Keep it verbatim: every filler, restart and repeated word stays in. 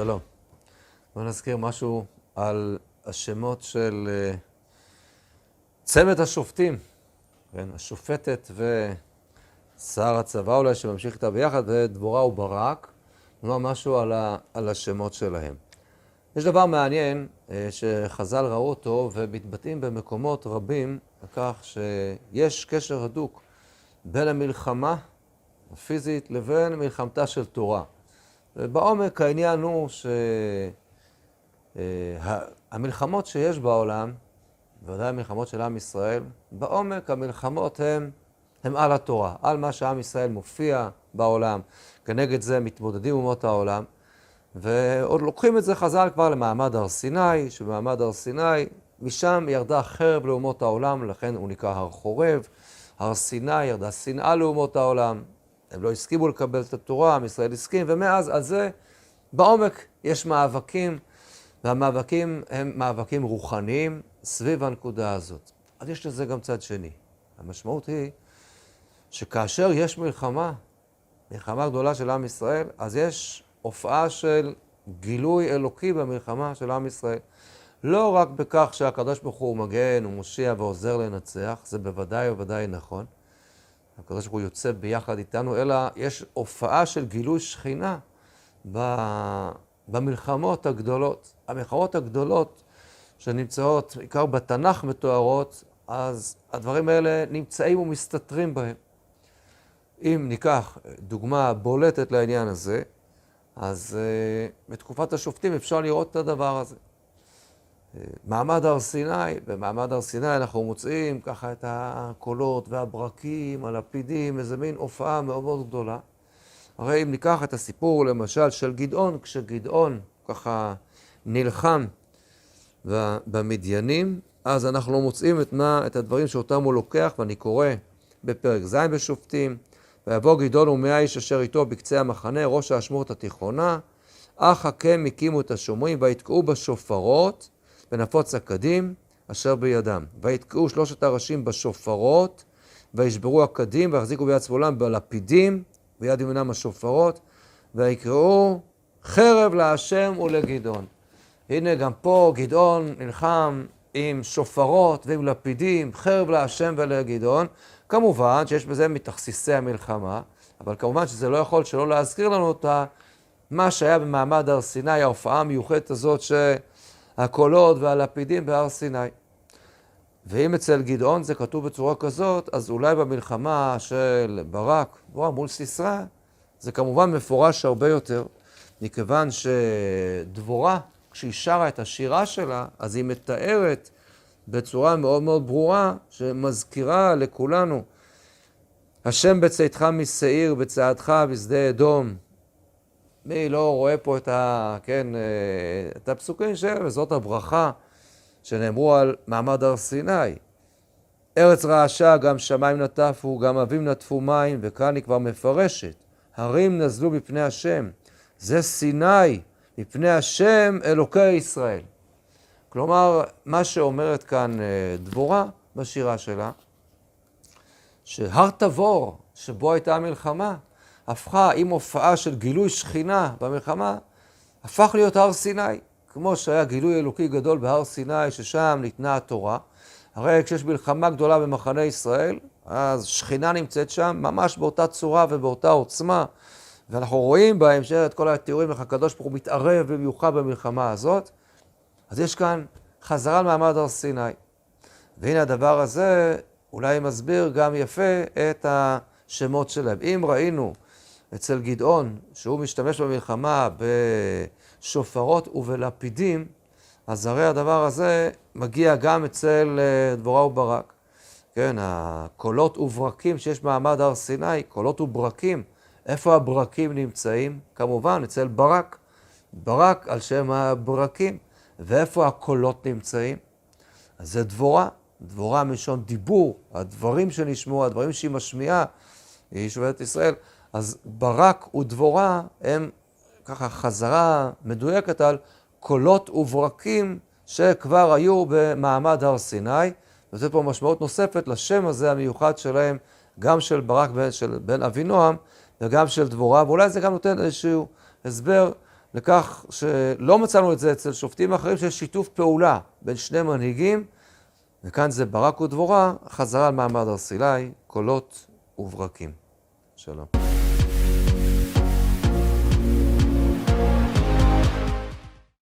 שלום. בואו נזכיר משהו על השמות של uh, צמד השופטים, כן? השופטת ושר הצבא אולי שממשיך איתה ביחד, ודבורה וברק, נאמר משהו על, ה, על השמות שלהם. יש דבר מעניין uh, שחז"ל ראו אותו ומתבטאים במקומות רבים לכך שיש קשר הדוק בין המלחמה הפיזית לבין מלחמתה של תורה. ובעומק העניין הוא שהמלחמות שיש בעולם, בוודאי המלחמות של עם ישראל, בעומק המלחמות הן, הן על התורה, על מה שעם ישראל מופיע בעולם. כנגד זה מתמודדים אומות העולם, ועוד לוקחים את זה חז"ל כבר למעמד הר סיני, שבמעמד הר סיני, משם ירדה חרב לאומות העולם, לכן הוא נקרא הר חורב. הר סיני ירדה שנאה לאומות העולם. הם לא הסכימו לקבל את התורה, עם ישראל הסכים, ומאז על זה בעומק יש מאבקים, והמאבקים הם מאבקים רוחניים סביב הנקודה הזאת. אז יש לזה גם צד שני. המשמעות היא שכאשר יש מלחמה, מלחמה גדולה של עם ישראל, אז יש הופעה של גילוי אלוקי במלחמה של עם ישראל. לא רק בכך שהקדוש ברוך הוא מגן, הוא מושיע ועוזר לנצח, זה בוודאי ובוודאי נכון. הקדוש ברוך הוא יוצא ביחד איתנו, אלא יש הופעה של גילוי שכינה במלחמות הגדולות. המלחמות הגדולות שנמצאות, בעיקר בתנ"ך מתוארות, אז הדברים האלה נמצאים ומסתתרים בהם. אם ניקח דוגמה בולטת לעניין הזה, אז uh, בתקופת השופטים אפשר לראות את הדבר הזה. מעמד הר סיני, במעמד הר סיני אנחנו מוצאים ככה את הקולות והברקים, הלפידים, איזה מין הופעה מאוד מאוד גדולה. הרי אם ניקח את הסיפור למשל של גדעון, כשגדעון ככה נלחם במדיינים, אז אנחנו מוצאים את, מה, את הדברים שאותם הוא לוקח, ואני קורא בפרק ז' בשופטים, ויבוא גדעון ומאה איש אשר איתו בקצה המחנה, ראש האשמורת התיכונה, אך הקם הקימו את השומרים, ויתקעו בשופרות, ונפוץ הקדים אשר בידם. ויתקעו שלושת הראשים בשופרות, וישברו הקדים, ויחזיקו ביד שמאלם בלפידים, ביד ימינם השופרות, ויקראו חרב להשם ולגדעון. הנה גם פה גדעון נלחם עם שופרות ועם לפידים, חרב להשם ולגדעון. כמובן שיש בזה מתכסיסי המלחמה, אבל כמובן שזה לא יכול שלא להזכיר לנו אותה, מה שהיה במעמד הר סיני, ההופעה המיוחדת הזאת שהקולות והלפידים בהר סיני. ואם אצל גדעון זה כתוב בצורה כזאת, אז אולי במלחמה של ברק, בוא, מול סיסרא, זה כמובן מפורש הרבה יותר, מכיוון שדבורה, כשהיא שרה את השירה שלה, אז היא מתארת בצורה מאוד מאוד ברורה, שמזכירה לכולנו, השם בצאתך משעיר, בצעדך בשדה אדום. מי לא רואה פה את, ה, כן, את הפסוקים של, וזאת הברכה שנאמרו על מעמד הר סיני. ארץ רעשה, גם שמיים נטפו, גם אבים נטפו מים, וכאן היא כבר מפרשת. הרים נזלו בפני השם. זה סיני, מפני השם אלוקי ישראל. כלומר, מה שאומרת כאן דבורה בשירה שלה, שהר תבור, שבו הייתה המלחמה, הפכה עם הופעה של גילוי שכינה במלחמה, הפך להיות הר סיני. כמו שהיה גילוי אלוקי גדול בהר סיני, ששם ניתנה התורה. הרי כשיש מלחמה גדולה במחנה ישראל, אז שכינה נמצאת שם ממש באותה צורה ובאותה עוצמה. ואנחנו רואים בהמשך את כל התיאורים איך הקדוש ברוך הוא מתערב במיוחד במלחמה הזאת. אז יש כאן חזרה למעמד הר סיני. והנה הדבר הזה אולי מסביר גם יפה את השמות שלהם. אם ראינו אצל גדעון שהוא משתמש במלחמה בשופרות ובלפידים, אז הרי הדבר הזה מגיע גם אצל דבורה וברק. כן, הקולות וברקים שיש במעמד הר סיני, קולות וברקים, איפה הברקים נמצאים? כמובן אצל ברק, ברק על שם הברקים. ואיפה הקולות נמצאים? אז זה דבורה, דבורה מלשון דיבור, הדברים שנשמעו, הדברים שהיא משמיעה, היא שופטת ישראל. אז ברק ודבורה הם ככה חזרה מדויקת על קולות וברקים שכבר היו במעמד הר סיני, וזה פה משמעות נוספת לשם הזה המיוחד שלהם, גם של ברק בן, של בן אבינועם וגם של דבורה, ואולי זה גם נותן איזשהו הסבר לכך שלא מצאנו את זה אצל שופטים אחרים, שיש שיתוף פעולה בין שני מנהיגים, וכאן זה ברק ודבורה, חזרה על מעמד הר סיני, קולות וברקים. שלום.